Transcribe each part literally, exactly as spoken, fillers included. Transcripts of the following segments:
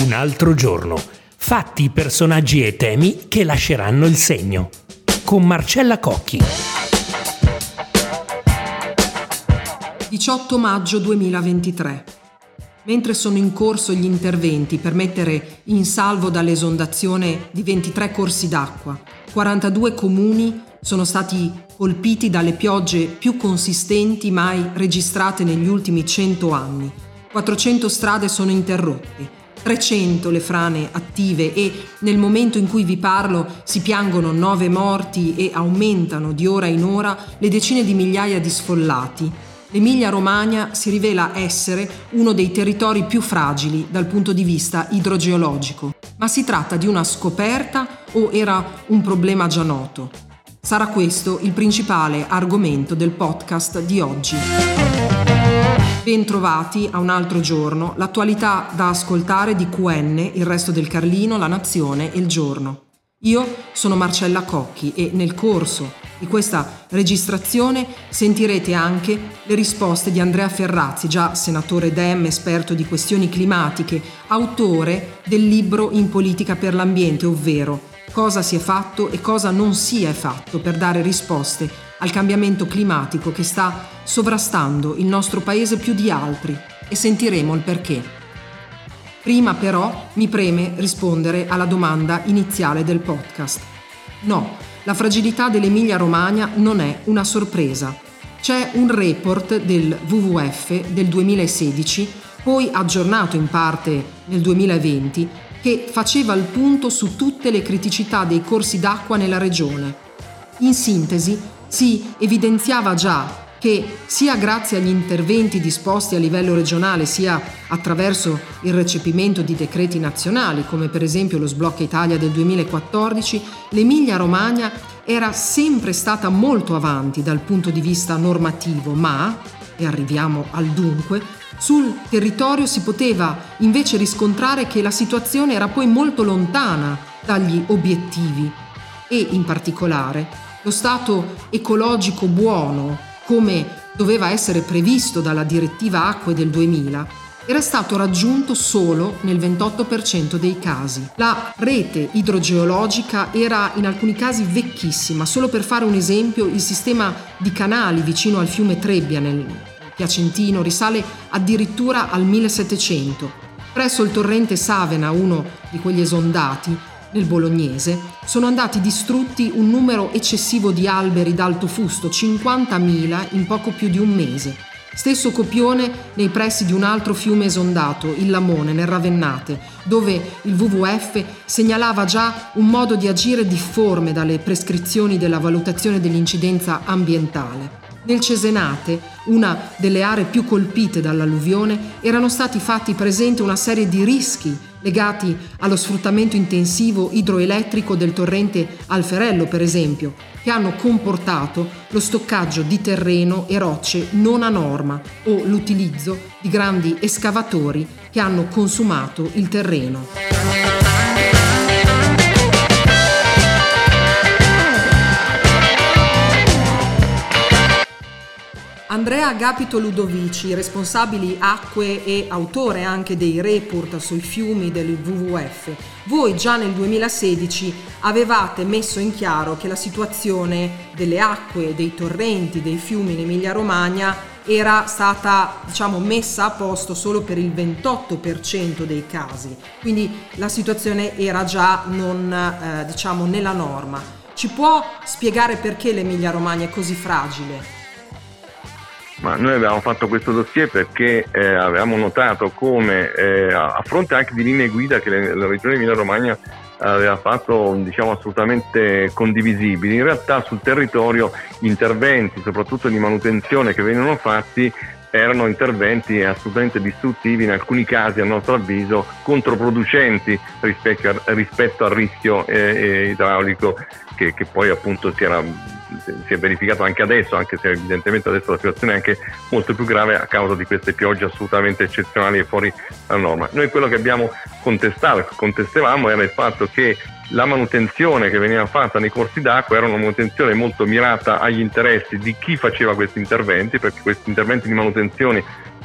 Un altro giorno. Fatti, personaggi e temi che lasceranno il segno. Con Marcella Cocchi. diciotto maggio duemilaventitré. Mentre sono in corso gli interventi per mettere in salvo dall'esondazione di ventitré corsi d'acqua, quarantadue comuni sono stati colpiti dalle piogge più consistenti mai registrate negli ultimi cento anni. quattrocento strade sono interrotte, trecento le frane attive e nel momento in cui vi parlo si piangono nove morti e aumentano di ora in ora le decine di migliaia di sfollati. L'Emilia-Romagna si rivela essere uno dei territori più fragili dal punto di vista idrogeologico. Ma si tratta di una scoperta o era un problema già noto? Sarà questo il principale argomento del podcast di oggi. Bentrovati a un altro giorno, l'attualità da ascoltare di Q N, Il Resto del Carlino, La Nazione e Il Giorno. Io sono Marcella Cocchi e nel corso di questa registrazione sentirete anche le risposte di Andrea Ferrazzi, già senatore Dem, esperto di questioni climatiche, autore del libro In politica per l'ambiente, ovvero Cosa si è fatto e cosa non si è fatto per dare risposte al cambiamento climatico che sta sovrastando il nostro paese più di altri, e sentiremo il perché. Prima però mi preme rispondere alla domanda iniziale del podcast. No, la fragilità dell'Emilia-Romagna non è una sorpresa. C'è un report del W W F del duemilasedici, poi aggiornato in parte nel duemilaventi, che faceva il punto su tutte le criticità dei corsi d'acqua nella regione. In sintesi, si evidenziava già che sia grazie agli interventi disposti a livello regionale sia attraverso il recepimento di decreti nazionali, come per esempio lo Sblocca Italia del duemilaquattordici, l'Emilia-Romagna era sempre stata molto avanti dal punto di vista normativo, ma, e arriviamo al dunque, sul territorio si poteva invece riscontrare che la situazione era poi molto lontana dagli obiettivi e, in particolare, lo stato ecologico buono, come doveva essere previsto dalla direttiva acque del duemila, era stato raggiunto solo nel ventotto per cento dei casi. La rete idrogeologica era in alcuni casi vecchissima. Solo per fare un esempio, il sistema di canali vicino al fiume Trebbia nel Piacentino risale addirittura al millesettecento. Presso il torrente Savena, uno di quegli esondati, nel Bolognese, sono andati distrutti un numero eccessivo di alberi d'alto fusto, cinquantamila in poco più di un mese. Stesso copione nei pressi di un altro fiume esondato, il Lamone, nel Ravennate, dove il W W F segnalava già un modo di agire difforme dalle prescrizioni della valutazione dell'incidenza ambientale. Nel Cesenate, una delle aree più colpite dall'alluvione, erano stati fatti presente una serie di rischi legati allo sfruttamento intensivo idroelettrico del torrente Alferello, per esempio, che hanno comportato lo stoccaggio di terreno e rocce non a norma o l'utilizzo di grandi escavatori che hanno consumato il terreno. Andrea Agapito Ludovici, responsabili acque e autore anche dei report sui fiumi del W W F, voi già nel duemilasedici avevate messo in chiaro che la situazione delle acque, dei torrenti, dei fiumi in Emilia-Romagna era stata, diciamo, messa a posto solo per il ventotto per cento dei casi, quindi la situazione era già non, eh, diciamo, nella norma. Ci può spiegare perché l'Emilia-Romagna è così fragile? Ma noi abbiamo fatto questo dossier perché eh, avevamo notato come eh, a fronte anche di linee guida che le, la regione Emilia-Romagna aveva fatto, diciamo, assolutamente condivisibili, in realtà sul territorio gli interventi, soprattutto di manutenzione, che venivano fatti erano interventi assolutamente distruttivi, in alcuni casi a nostro avviso controproducenti rispetto, a, rispetto al rischio eh, idraulico che, che poi appunto si era si è verificato anche adesso, anche se evidentemente adesso la situazione è anche molto più grave a causa di queste piogge assolutamente eccezionali e fuori dalla norma. Noi quello che abbiamo contestato, contestavamo era il fatto che la manutenzione che veniva fatta nei corsi d'acqua era una manutenzione molto mirata agli interessi di chi faceva questi interventi, perché questi interventi di manutenzione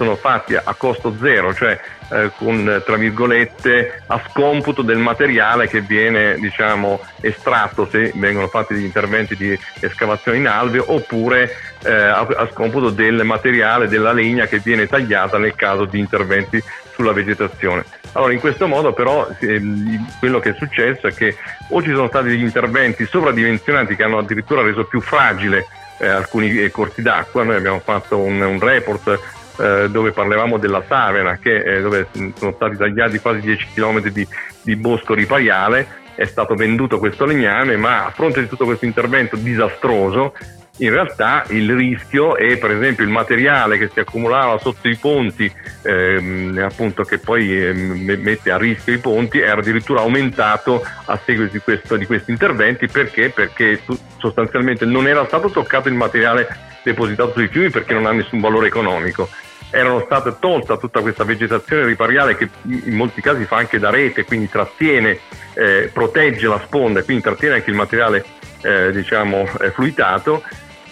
sono fatti a costo zero, cioè eh, con tra virgolette a scomputo del materiale che viene diciamo estratto se vengono fatti degli interventi di escavazione in alveo, oppure eh, a, a scomputo del materiale, della legna che viene tagliata nel caso di interventi sulla vegetazione. Allora, in questo modo però eh, quello che è successo è che o ci sono stati degli interventi sovradimensionati che hanno addirittura reso più fragile eh, alcuni eh, corsi d'acqua. Noi abbiamo fatto un, un report eh, dove parlavamo della Savena, che, eh, dove sono stati tagliati quasi dieci chilometri di, di bosco ripariale, è stato venduto questo legname, ma a fronte di tutto questo intervento disastroso, in realtà il rischio è, per esempio, il materiale che si accumulava sotto i ponti, ehm, appunto, che poi ehm, mette a rischio i ponti, era addirittura aumentato a seguito di, questo, di questi interventi. Perché? Perché sostanzialmente non era stato toccato il materiale depositato sui fiumi, perché non ha nessun valore economico. Erano state tolta tutta questa vegetazione ripariale che in molti casi fa anche da rete, quindi trattiene, eh, protegge la sponda e quindi trattiene anche il materiale eh, diciamo eh, fluidato.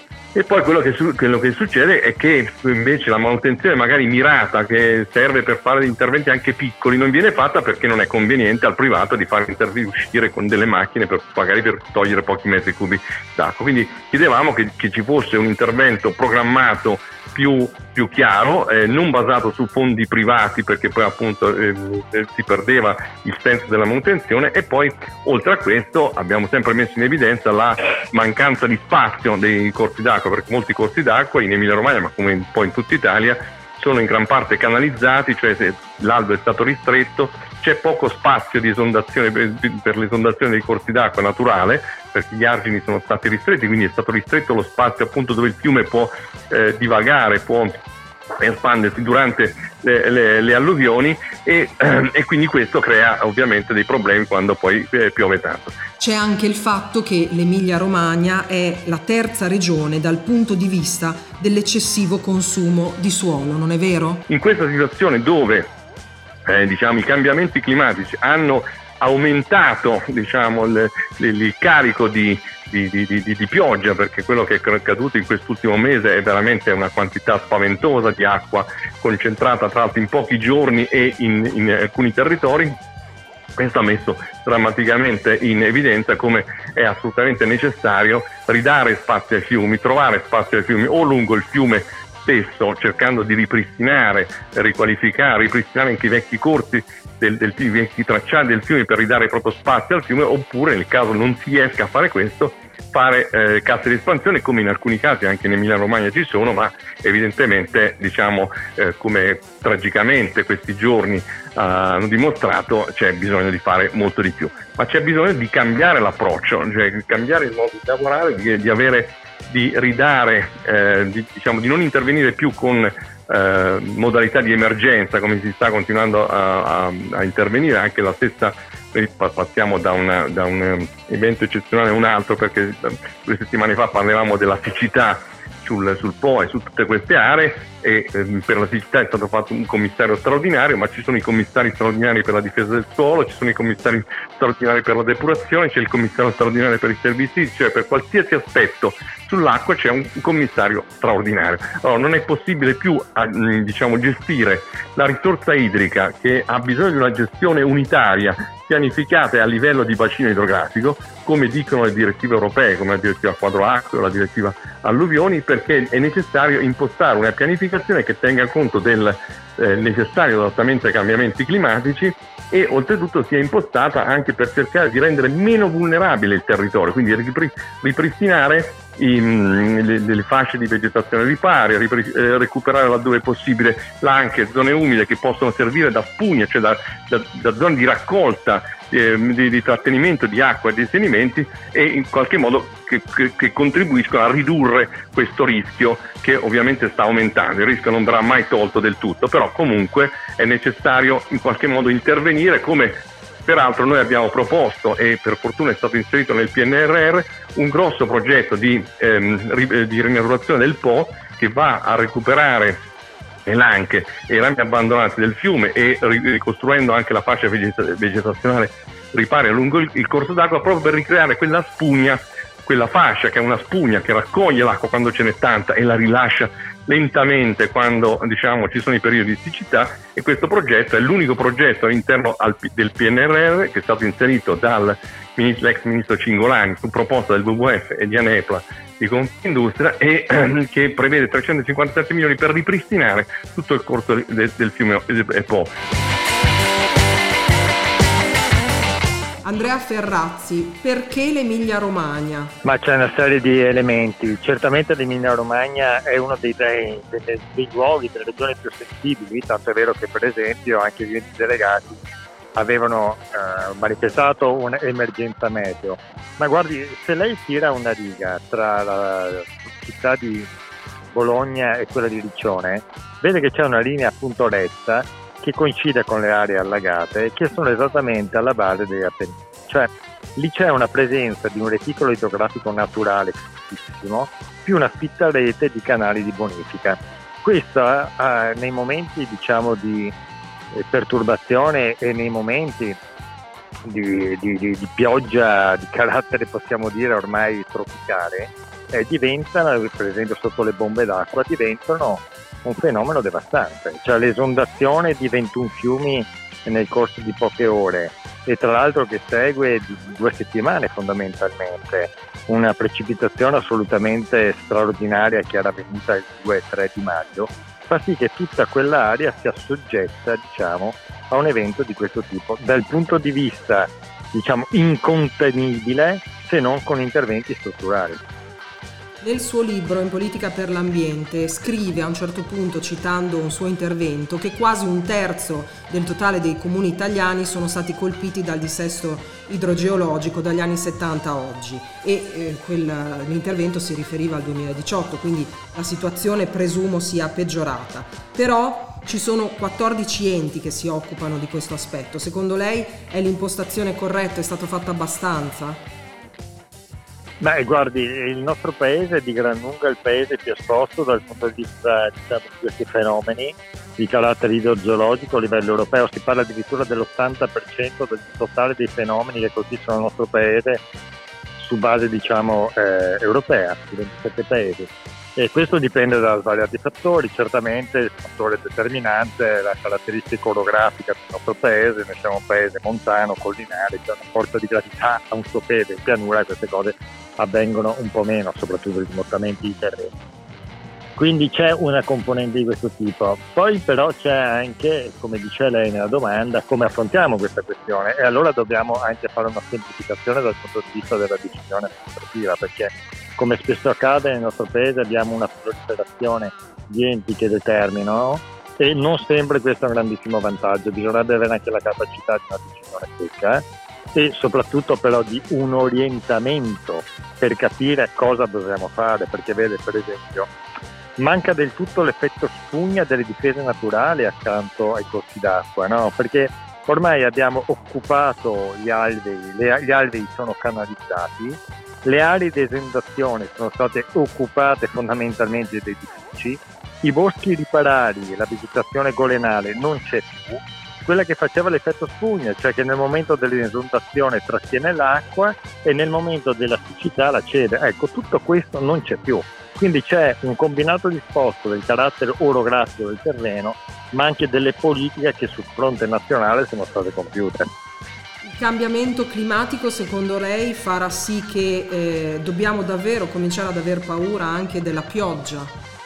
E poi quello che, su, quello che succede è che invece la manutenzione magari mirata, che serve per fare degli interventi anche piccoli, non viene fatta perché non è conveniente al privato di fare interventi, uscire con delle macchine per, magari per togliere pochi metri cubi d'acqua. Quindi chiedevamo che, che ci fosse un intervento programmato più, più chiaro, eh, non basato su fondi privati, perché poi appunto eh, si perdeva il senso della manutenzione. E poi oltre a questo abbiamo sempre messo in evidenza la mancanza di spazio dei corsi d'acqua, perché molti corsi d'acqua in Emilia Romagna, ma come un po' in tutta Italia, sono in gran parte canalizzati, cioè se l'alveo è stato ristretto c'è poco spazio di esondazione per, per l'esondazione dei corsi d'acqua naturale, perché gli argini sono stati ristretti, quindi è stato ristretto lo spazio appunto dove il fiume può eh, divagare, può espandersi durante le, le, le alluvioni e, eh, e quindi questo crea ovviamente dei problemi quando poi eh, piove tanto. C'è anche il fatto che l'Emilia Romagna è la terza regione dal punto di vista dell'eccessivo consumo di suolo, non è vero? In questa situazione dove eh, diciamo i cambiamenti climatici hanno aumentato diciamo il, il carico di Di, di, di, di pioggia, perché quello che è accaduto in quest'ultimo mese è veramente una quantità spaventosa di acqua concentrata tra l'altro in pochi giorni e in, in alcuni territori. Questo ha messo drammaticamente in evidenza come è assolutamente necessario ridare spazio ai fiumi, trovare spazio ai fiumi o lungo il fiume stesso, cercando di ripristinare, riqualificare, ripristinare anche i vecchi corsi del, del, i vecchi tracciati del fiume per ridare proprio spazio al fiume, oppure nel caso non si riesca a fare questo, fare eh, casse di espansione, come in alcuni casi anche in Emilia Romagna ci sono, ma evidentemente diciamo eh, come tragicamente questi giorni uh, hanno dimostrato, c'è bisogno di fare molto di più, ma c'è bisogno di cambiare l'approccio, cioè cambiare il modo di lavorare, di, di avere di ridare, eh, di, diciamo di non intervenire più con eh, modalità di emergenza come si sta continuando a, a, a intervenire. Anche la stessa, passiamo da, una, da un evento eccezionale a un altro, perché due settimane fa parlavamo della siccità sul, sul Po e su tutte queste aree, e eh, per la siccità è stato fatto un commissario straordinario, ma ci sono i commissari straordinari per la difesa del suolo, ci sono i commissari straordinari per la depurazione, c'è il commissario straordinario per i servizi, cioè per qualsiasi aspetto sull'acqua c'è un commissario straordinario. Allora non è possibile più diciamo gestire la risorsa idrica, che ha bisogno di una gestione unitaria, pianificata a livello di bacino idrografico, come dicono le direttive europee, come la direttiva quadro acque o la direttiva alluvioni, perché è necessario impostare una pianificazione che tenga conto del eh, necessario adattamento ai cambiamenti climatici e oltretutto sia impostata anche per cercare di rendere meno vulnerabile il territorio, quindi ripri- ripristinare i, le, le fasce di vegetazione riparia, ripri- eh, recuperare laddove possibile anche zone umide che possono servire da spugne, cioè da, da, da zone di raccolta, eh, di, di trattenimento di acqua e di sedimenti, e in qualche modo che, che, che contribuiscono a ridurre questo rischio, che ovviamente sta aumentando. Il rischio non verrà mai tolto del tutto, però comunque è necessario in qualche modo intervenire, come peraltro noi abbiamo proposto, e per fortuna è stato inserito nel P N R R, un grosso progetto di, ehm, di rinaturazione del Po, che va a recuperare le lanche e i rami abbandonati del fiume, e ricostruendo anche la fascia vegeta- vegetazionale riparia lungo il, il corso d'acqua, proprio per ricreare quella spugna, quella fascia che è una spugna che raccoglie l'acqua quando ce n'è tanta e la rilascia lentamente quando diciamo ci sono i periodi di siccità, e questo progetto è l'unico progetto all'interno al, del P N R R che è stato inserito dal ministro, l'ex ministro Cingolani su proposta del W W F e di ANEPLA di Confindustria, e eh, che prevede trecentocinquantasette milioni per ripristinare tutto il corso de, del fiume Po. Andrea Ferrazzi, perché l'Emilia Romagna? Ma c'è una serie di elementi. Certamente l'Emilia Romagna è uno dei, dei, dei, dei luoghi, delle regioni più sensibili, tanto è vero che per esempio anche gli enti delegati avevano eh, manifestato un'emergenza meteo. Ma guardi, se lei tira una riga tra la città di Bologna e quella di Riccione, vede che c'è una linea appunto retta che coincide con le aree allagate e che sono esattamente alla base degli Appennini. Cioè lì c'è una presenza di un reticolo idrografico naturale fortissimo, più una fitta rete di canali di bonifica. Questo eh, nei momenti diciamo di eh, perturbazione e nei momenti di, di, di, di pioggia di carattere, possiamo dire, ormai tropicale, eh, diventano, per esempio sotto le bombe d'acqua, diventano un fenomeno devastante. Cioè l'esondazione di ventuno fiumi nel corso di poche ore, e tra l'altro che segue di due settimane fondamentalmente, una precipitazione assolutamente straordinaria che era avvenuta il due e tre di maggio, fa sì che tutta quell'area sia soggetta, diciamo, a un evento di questo tipo, dal punto di vista, diciamo, incontenibile, se non con interventi strutturali. Nel suo libro In politica per l'ambiente scrive a un certo punto, citando un suo intervento, che quasi un terzo del totale dei comuni italiani sono stati colpiti dal dissesto idrogeologico dagli anni settanta a oggi, e eh, quel, l'intervento si riferiva al duemiladiciotto, quindi la situazione presumo sia peggiorata. Però ci sono quattordici enti che si occupano di questo aspetto. Secondo lei è l'impostazione corretta? È stato fatto abbastanza? Beh, guardi, il nostro paese è di gran lunga il paese più esposto dal punto di vista, diciamo, di questi fenomeni di carattere idrogeologico a livello europeo. Si parla addirittura dell'ottanta per cento del totale dei fenomeni che colpiscono il nostro paese su base, diciamo, eh, europea, di ventisette paesi. E questo dipende da svariati fattori. Certamente il fattore determinante è la caratteristica orografica del nostro paese. Noi siamo un paese montano, collinare, c'è una forza di gravità a un sopede in pianura, e queste cose avvengono un po' meno, soprattutto gli smottamenti di terreno. Quindi c'è una componente di questo tipo. Poi però c'è anche, come dice lei nella domanda, come affrontiamo questa questione, e allora dobbiamo anche fare una semplificazione dal punto di vista della decisione amministrativa, perché come spesso accade nel nostro paese abbiamo una proliferazione di enti che determinano, e non sempre questo è un grandissimo vantaggio. Bisognerebbe avere anche la capacità di una decisione secca, eh? e soprattutto però di un orientamento per capire cosa dobbiamo fare, perché vede, per esempio, manca del tutto l'effetto spugna delle difese naturali accanto ai corsi d'acqua, no? Perché ormai abbiamo occupato gli alvei, le, gli alvei sono canalizzati, le aree di esondazione sono state occupate fondamentalmente dai edifici, i boschi riparati, la vegetazione golenale non c'è più, quella che faceva l'effetto spugna, cioè che nel momento dell'esondazione trattiene l'acqua e nel momento della siccità la cede. Ecco, tutto questo non c'è più. Quindi c'è un combinato disposto del carattere orografico del terreno, ma anche delle politiche che sul fronte nazionale sono state compiute. Il cambiamento climatico, secondo lei, farà sì che eh, dobbiamo davvero cominciare ad aver paura anche della pioggia?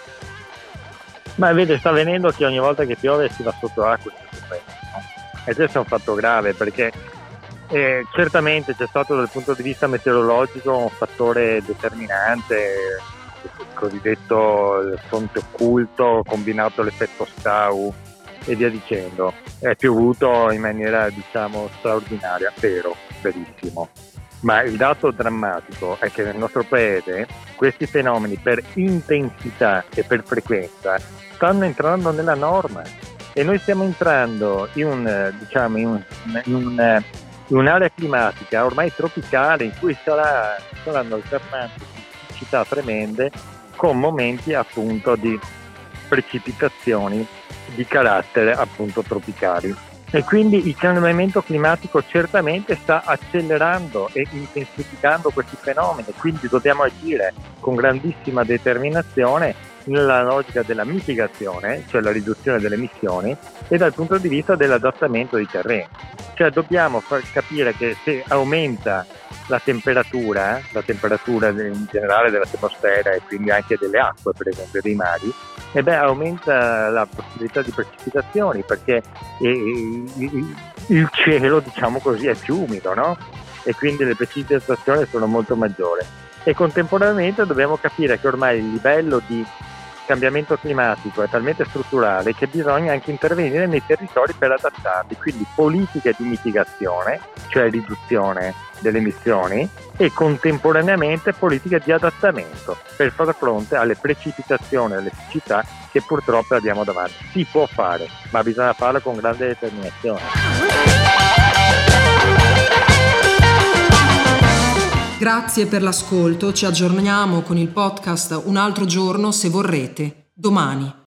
Ma vede, sta avvenendo che ogni volta che piove si va sotto acqua in questo paese, no? E questo è un fatto grave, perché eh, certamente c'è stato dal punto di vista meteorologico un fattore determinante, il cosiddetto fronte occulto combinato all'effetto Stau e via dicendo. È piovuto in maniera, diciamo, straordinaria, vero, verissimo. Ma il dato drammatico è che nel nostro paese questi fenomeni per intensità e per frequenza stanno entrando nella norma, e noi stiamo entrando in un, diciamo, in, un, in, un, in un'area climatica ormai tropicale, in cui sarà, saranno alternanti siccità tremende con momenti appunto di precipitazioni di carattere appunto tropicali. E quindi il cambiamento climatico certamente sta accelerando e intensificando questi fenomeni, quindi dobbiamo agire con grandissima determinazione nella logica della mitigazione, cioè la riduzione delle emissioni, e dal punto di vista dell'adattamento dei terreni. Cioè dobbiamo far capire che se aumenta la temperatura, la temperatura in generale dell'atmosfera e quindi anche delle acque, per esempio dei mari, e beh, aumenta la possibilità di precipitazioni, perché eh, il cielo, diciamo così, è più umido, no? E quindi le precipitazioni sono molto maggiori. E contemporaneamente dobbiamo capire che ormai il livello di cambiamento climatico è talmente strutturale che bisogna anche intervenire nei territori per adattarli, quindi politiche di mitigazione, cioè riduzione delle emissioni, e contemporaneamente politiche di adattamento per far fronte alle precipitazioni e alle siccità che purtroppo abbiamo davanti. Si può fare, ma bisogna farlo con grande determinazione. Grazie per l'ascolto, ci aggiorniamo con il podcast un altro giorno se vorrete, domani.